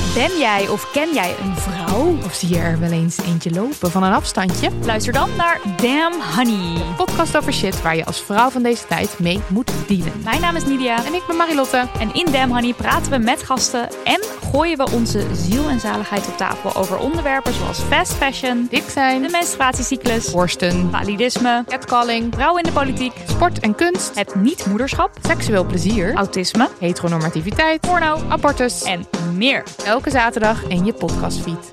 Ben jij of ken jij een vrouw? Of zie je er wel eens eentje lopen van een afstandje? Luister dan naar Damn Honey. Een podcast over shit waar je als vrouw van deze tijd mee moet dealen. Mijn naam is Nidia. En ik ben Marilotte. En in Damn Honey praten we met gasten en gooien we onze ziel en zaligheid op tafel over onderwerpen zoals fast fashion, Dik zijn, de menstruatiecyclus, borsten, validisme, catcalling, vrouwen in de politiek, sport en kunst, het niet-moederschap, seksueel plezier, autisme, heteronormativiteit, porno abortus en meer. Elke zaterdag in je podcastfeed.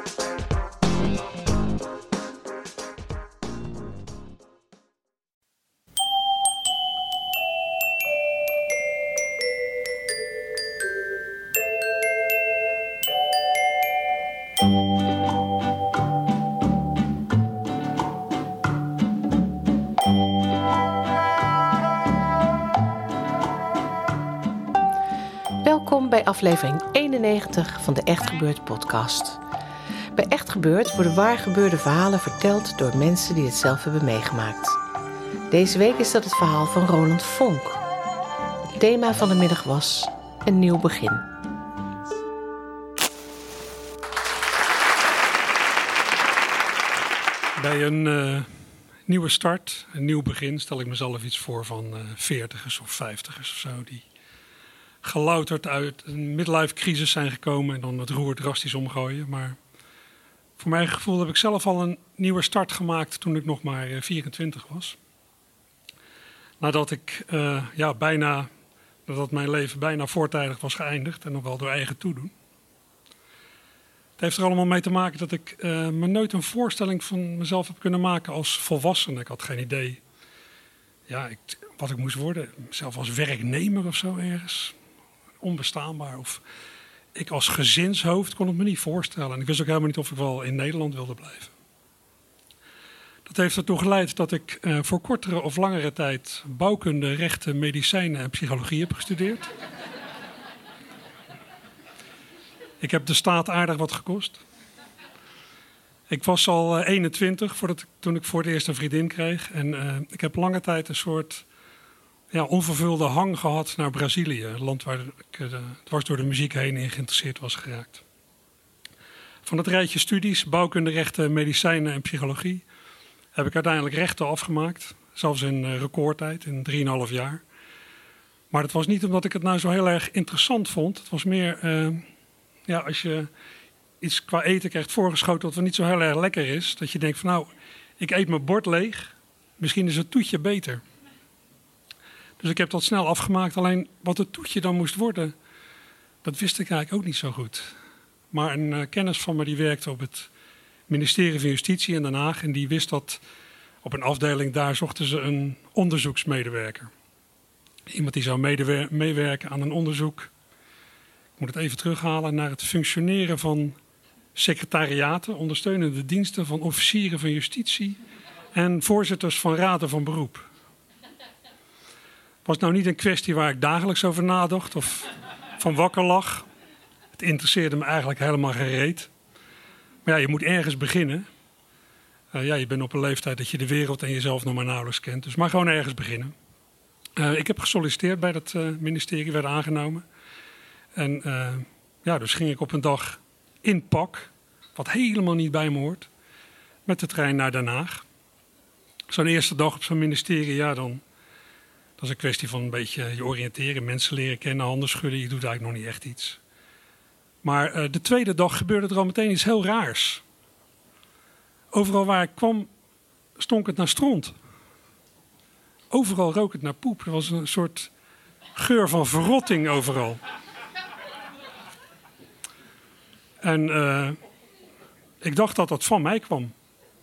Welkom bij aflevering 91 van de Echt Gebeurd podcast. Bij Echt Gebeurd worden waar gebeurde verhalen verteld door mensen die het zelf hebben meegemaakt. Deze week is dat het verhaal van Roland Vonk. Het thema van de middag was een nieuw begin. Bij een nieuwe start, een nieuw begin, stel ik mezelf iets voor van 40ers of 50ers of zo. Die gelouterd uit een midlife crisis zijn gekomen en dan het roer drastisch omgooien. Maar voor mijn gevoel heb ik zelf al een nieuwe start gemaakt toen ik nog maar 24 was. Nadat nadat mijn leven bijna voortijdig was geëindigd en nog wel door eigen toedoen. Het heeft er allemaal mee te maken dat ik me nooit een voorstelling van mezelf heb kunnen maken als volwassene. Ik had geen idee wat ik moest worden. Zelf als werknemer of zo ergens. Onbestaanbaar. Of ik als gezinshoofd kon het me niet voorstellen. En ik wist ook helemaal niet of ik wel in Nederland wilde blijven. Dat heeft ertoe geleid dat ik voor kortere of langere tijd bouwkunde, rechten, medicijnen en psychologie heb gestudeerd. Ik heb de staat aardig wat gekost. Ik was al 21 toen ik voor het eerst een vriendin kreeg. En ik heb lange tijd een soort onvervulde hang gehad naar Brazilië. Een land waar ik dwars door de muziek heen in geïnteresseerd was geraakt. Van het rijtje studies, bouwkunde, rechten, medicijnen en psychologie heb ik uiteindelijk rechten afgemaakt. Zelfs in recordtijd, in 3,5 jaar. Maar dat was niet omdat ik het nou zo heel erg interessant vond. Het was meer, als je iets qua eten krijgt voorgeschoten wat niet zo heel erg lekker is. Dat je denkt van nou, ik eet mijn bord leeg. Misschien is het toetje beter. Dus ik heb dat snel afgemaakt. Alleen wat het toetje dan moest worden, dat wist ik eigenlijk ook niet zo goed. Maar een kennis van me die werkte op het ministerie van Justitie in Den Haag. En die wist dat op een afdeling daar zochten ze een onderzoeksmedewerker. Iemand die zou meewerken aan een onderzoek. Ik moet het even terughalen naar het functioneren van secretariaten, ondersteunende diensten van officieren van justitie en voorzitters van raden van beroep. Het was nou niet een kwestie waar ik dagelijks over nadacht of van wakker lag. Het interesseerde me eigenlijk helemaal geen reet. Maar ja, je moet ergens beginnen. Je bent op een leeftijd dat je de wereld en jezelf nog maar nauwelijks kent. Dus maar gewoon ergens beginnen. Ik heb gesolliciteerd bij dat ministerie, werd aangenomen. En dus ging ik op een dag in pak, wat helemaal niet bij me hoort, met de trein naar Den Haag. Zo'n eerste dag op zo'n ministerie, dan dat is een kwestie van een beetje je oriënteren, mensen leren kennen, handen schudden. Je doet eigenlijk nog niet echt iets. Maar de tweede dag gebeurde er al meteen iets heel raars. Overal waar ik kwam, stonk het naar stront. Overal rook het naar poep. Er was een soort geur van verrotting overal. En ik dacht dat dat van mij kwam.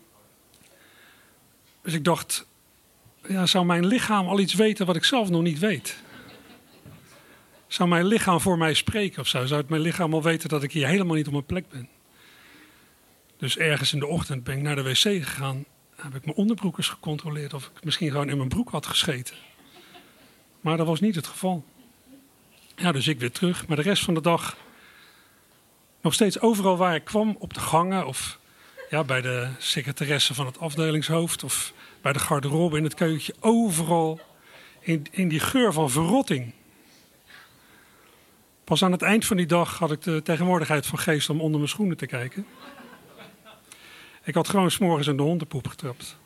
Dus ik dacht, zou mijn lichaam al iets weten wat ik zelf nog niet weet? Zou mijn lichaam voor mij spreken of zo? Zou het mijn lichaam al weten dat ik hier helemaal niet op mijn plek ben? Dus ergens in de ochtend ben ik naar de wc gegaan. Heb ik mijn onderbroekers gecontroleerd of ik misschien gewoon in mijn broek had gescheten. Maar dat was niet het geval. Dus ik weer terug. Maar de rest van de dag nog steeds overal waar ik kwam, op de gangen of bij de secretaresse van het afdelingshoofd of bij de garderobe in het keukentje. Overal in die geur van verrotting. Pas aan het eind van die dag had ik de tegenwoordigheid van geest om onder mijn schoenen te kijken. Ik had gewoon 's morgens in de hondenpoep getrapt.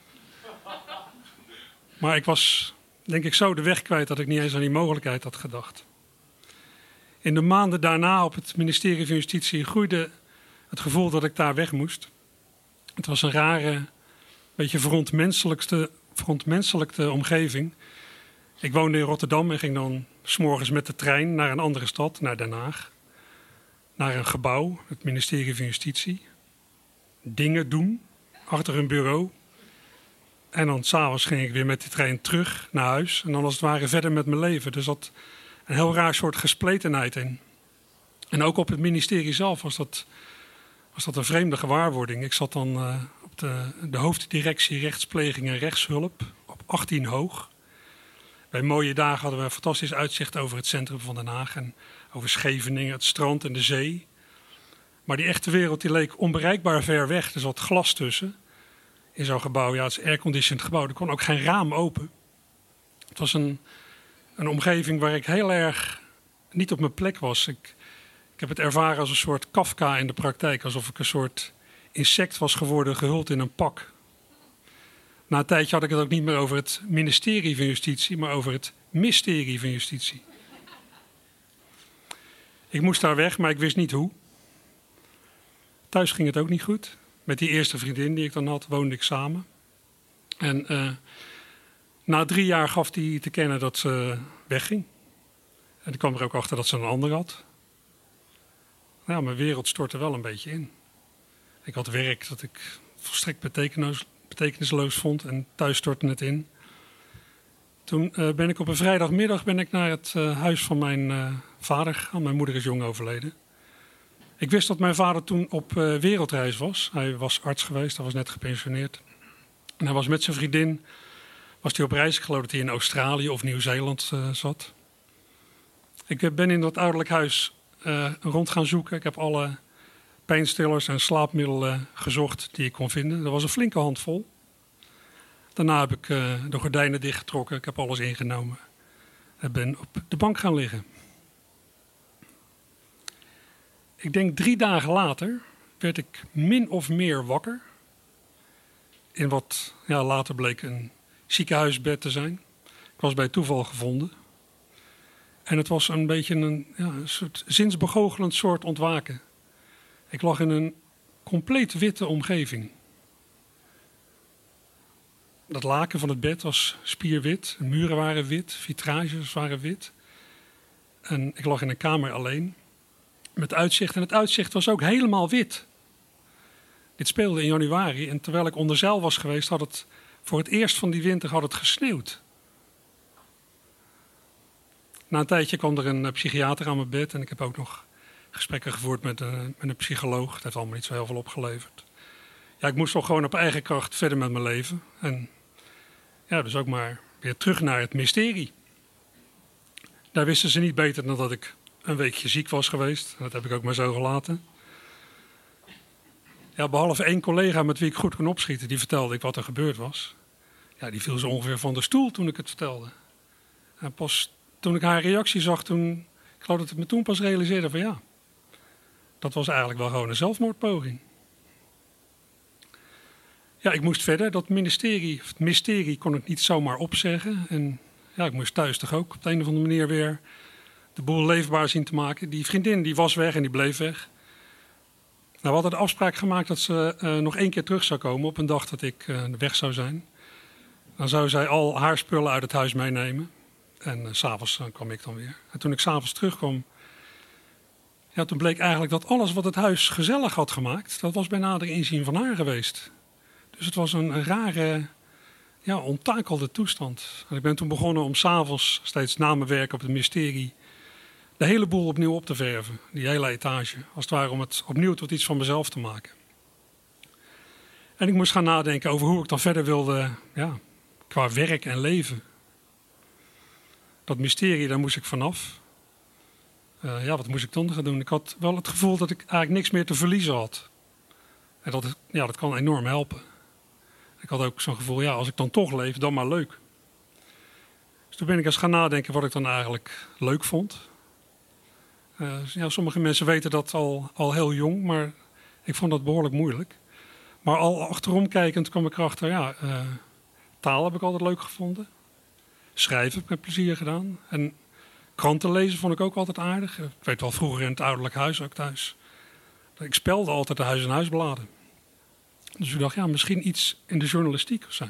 Maar ik was, denk ik, zo de weg kwijt dat ik niet eens aan die mogelijkheid had gedacht. In de maanden daarna op het ministerie van Justitie groeide het gevoel dat ik daar weg moest. Het was een rare, beetje verontmenselijkte omgeving. Ik woonde in Rotterdam en ging dan 's morgens met de trein naar een andere stad, naar Den Haag. Naar een gebouw, het ministerie van Justitie. Dingen doen, achter een bureau. En dan 's avonds ging ik weer met die trein terug naar huis. En dan als het ware verder met mijn leven. Dus dat een heel raar soort gespletenheid in. En ook op het ministerie zelf was dat een vreemde gewaarwording. Ik zat dan op de hoofddirectie rechtspleging en rechtshulp op 18 hoog. Bij mooie dagen hadden we een fantastisch uitzicht over het centrum van Den Haag. En over Scheveningen, het strand en de zee. Maar die echte wereld die leek onbereikbaar ver weg. Er zat glas tussen. In zo'n gebouw, ja, het is een airconditioned gebouw. Er kon ook geen raam open. Het was een omgeving waar ik heel erg niet op mijn plek was. Ik heb het ervaren als een soort Kafka in de praktijk. Alsof ik een soort insect was geworden, gehuld in een pak. Na een tijdje had ik het ook niet meer over het ministerie van Justitie, maar over het mysterie van Justitie. Ik moest daar weg, maar ik wist niet hoe. Thuis ging het ook niet goed. Met die eerste vriendin die ik dan had, woonde ik samen. En na 3 jaar gaf die te kennen dat ze wegging. En ik kwam er ook achter dat ze een ander had. Nou, mijn wereld stortte wel een beetje in. Ik had werk dat ik volstrekt betekenisloos vond en thuis stortte het in. Toen ben ik op een vrijdagmiddag naar het huis van mijn vader gegaan. Mijn moeder is jong overleden. Ik wist dat mijn vader toen op wereldreis was. Hij was arts geweest, hij was net gepensioneerd. En hij was met zijn vriendin op reis. Ik geloof dat hij in Australië of Nieuw-Zeeland zat. Ik ben in dat ouderlijk huis rond gaan zoeken. Ik heb alle pijnstillers en slaapmiddelen gezocht die ik kon vinden. Er was een flinke handvol. Daarna heb ik de gordijnen dichtgetrokken. Ik heb alles ingenomen. En ben op de bank gaan liggen. Ik denk 3 dagen later werd ik min of meer wakker. In wat later bleek een ziekenhuisbed te zijn. Ik was bij toeval gevonden. En het was een beetje een soort zinsbegoochelend soort ontwaken. Ik lag in een compleet witte omgeving. Dat laken van het bed was spierwit. De muren waren wit. Vitrages waren wit. En ik lag in een kamer alleen. Met uitzicht. En het uitzicht was ook helemaal wit. Dit speelde in januari. En terwijl ik onder zeil was geweest, had het voor het eerst van die winter gesneeuwd. Na een tijdje kwam er een psychiater aan mijn bed. En ik heb ook nog gesprekken gevoerd met een psycholoog. Het heeft allemaal niet zo heel veel opgeleverd. Ja, ik moest toch gewoon op eigen kracht verder met mijn leven. En ja, dus ook maar weer terug naar het mysterie. Daar wisten ze niet beter dan dat ik een weekje ziek was geweest. Dat heb ik ook maar zo gelaten. Ja, behalve 1 collega met wie ik goed kon opschieten, die vertelde ik wat er gebeurd was. Ja, die viel zo ongeveer van de stoel toen ik het vertelde. En pas toen ik haar reactie zag, ik geloof dat ik me toen pas realiseerde van ja, dat was eigenlijk wel gewoon een zelfmoordpoging. Ja, ik moest verder. Dat mysterie kon ik niet zomaar opzeggen. En ja, ik moest thuis toch ook op de een of andere manier weer de boel leefbaar zien te maken. Die vriendin die was weg en die bleef weg. Nou, we hadden de afspraak gemaakt dat ze nog 1 keer terug zou komen op een dag dat ik weg zou zijn. Dan zou zij al haar spullen uit het huis meenemen. En 's avonds kwam ik dan weer. En toen ik 's avonds terugkwam, ja, toen bleek eigenlijk dat alles wat het huis gezellig had gemaakt, dat was bij nader inzien van haar geweest. Dus het was een rare, onttakelde toestand. En ik ben toen begonnen om 's avonds, steeds na mijn werk op het mysterie, de hele boel opnieuw op te verven. Die hele etage. Als het ware om het opnieuw tot iets van mezelf te maken. En ik moest gaan nadenken over hoe ik dan verder wilde, qua werk en leven. Dat mysterie, daar moest ik vanaf. Wat moest ik dan gaan doen? Ik had wel het gevoel dat ik eigenlijk niks meer te verliezen had. En dat kan enorm helpen. Ik had ook zo'n gevoel, als ik dan toch leef, dan maar leuk. Dus toen ben ik eens gaan nadenken wat ik dan eigenlijk leuk vond. Sommige mensen weten dat al heel jong, maar ik vond dat behoorlijk moeilijk. Maar al achterom kijkend kwam ik erachter, taal heb ik altijd leuk gevonden. Schrijven heb ik met plezier gedaan. En kranten lezen vond ik ook altijd aardig. Ik weet wel, vroeger in het ouderlijk huis ook thuis. Ik spelde altijd de huis- en huisbladen. Dus ik dacht, misschien iets in de journalistiek of zo.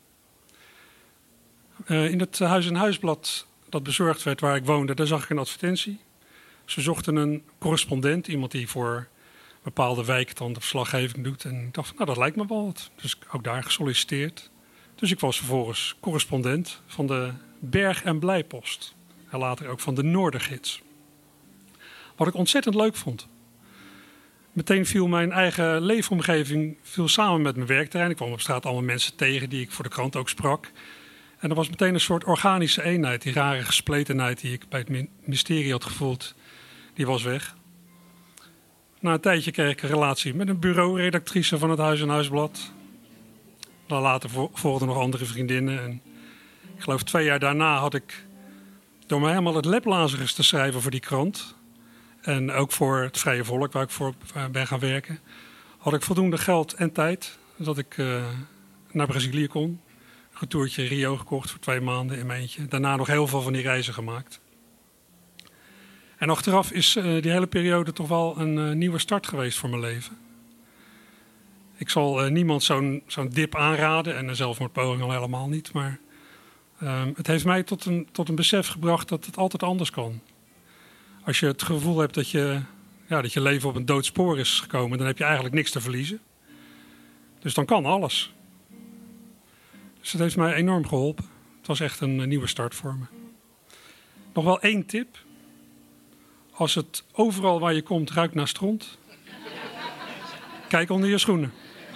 In het huis- en huisblad dat bezorgd werd waar ik woonde, daar zag ik een advertentie. Ze zochten een correspondent, iemand die voor een bepaalde wijk dan de verslaggeving doet. En ik dacht, dat lijkt me wel wat. Dus ook daar gesolliciteerd. Dus ik was vervolgens correspondent van de Berg- en Blijpost. En later ook van de Noordergids. Wat ik ontzettend leuk vond. Meteen viel mijn eigen leefomgeving samen met mijn werkterrein. Ik kwam op straat allemaal mensen tegen die ik voor de krant ook sprak. En er was meteen een soort organische eenheid. Die rare gespletenheid die ik bij het ministerie had gevoeld, die was weg. Na een tijdje kreeg ik een relatie met een bureauredactrice van het Huis- en Huisblad. Dan later volgden nog andere vriendinnen. En ik geloof 2 jaar daarna had ik, door mij helemaal het lablazerus te schrijven voor die krant, en ook voor het Vrije Volk, waar ik voor ben gaan werken, had ik voldoende geld en tijd dat ik naar Brazilië kon. Een retourtje Rio gekocht voor 2 maanden in mijn eentje. Daarna nog heel veel van die reizen gemaakt. En achteraf is die hele periode toch wel een nieuwe start geweest voor mijn leven. Ik zal niemand zo'n dip aanraden en een zelfmoordpoging al helemaal niet. Maar het heeft mij tot een besef gebracht dat het altijd anders kan. Als je het gevoel hebt dat je leven op een doodspoor is gekomen, dan heb je eigenlijk niks te verliezen. Dus dan kan alles. Dus het heeft mij enorm geholpen. Het was echt een nieuwe start voor me. Nog wel 1 tip. Als het overal waar je komt ruikt naar stront, kijk onder je schoenen.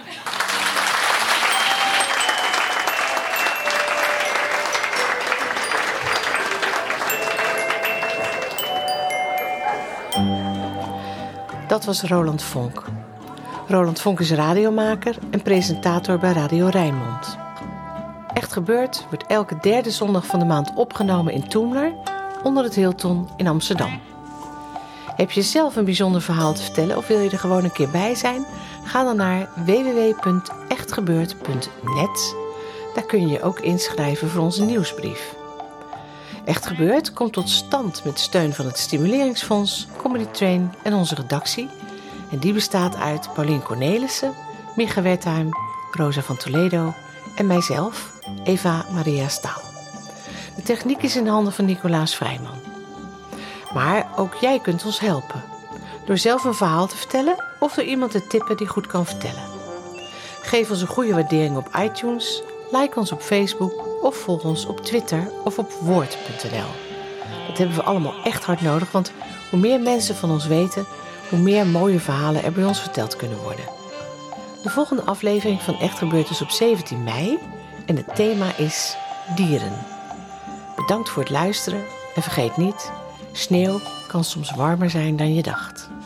Dat was Roland Vonk. Roland Vonk is radiomaker en presentator bij Radio Rijnmond. Echt Gebeurd wordt elke 3e zondag van de maand opgenomen in Toemler, onder het Hilton in Amsterdam. Heb je zelf een bijzonder verhaal te vertellen of wil je er gewoon een keer bij zijn? Ga dan naar www.echtgebeurd.net. Daar kun je je ook inschrijven voor onze nieuwsbrief. Echt Gebeurd komt tot stand met steun van het Stimuleringsfonds, Comedy Train en onze redactie. En die bestaat uit Paulien Cornelissen, Micha Wertheim, Rosa van Toledo en mijzelf, Eva Maria Staal. De techniek is in handen van Nicolaas Vrijman. Maar ook jij kunt ons helpen. Door zelf een verhaal te vertellen of door iemand te tippen die goed kan vertellen. Geef ons een goede waardering op iTunes, like ons op Facebook of volg ons op Twitter of op woord.nl. Dat hebben we allemaal echt hard nodig, want hoe meer mensen van ons weten, hoe meer mooie verhalen er bij ons verteld kunnen worden. De volgende aflevering van Echt Gebeurd is op 17 mei en het thema is dieren. Bedankt voor het luisteren en vergeet niet, sneeuw kan soms warmer zijn dan je dacht.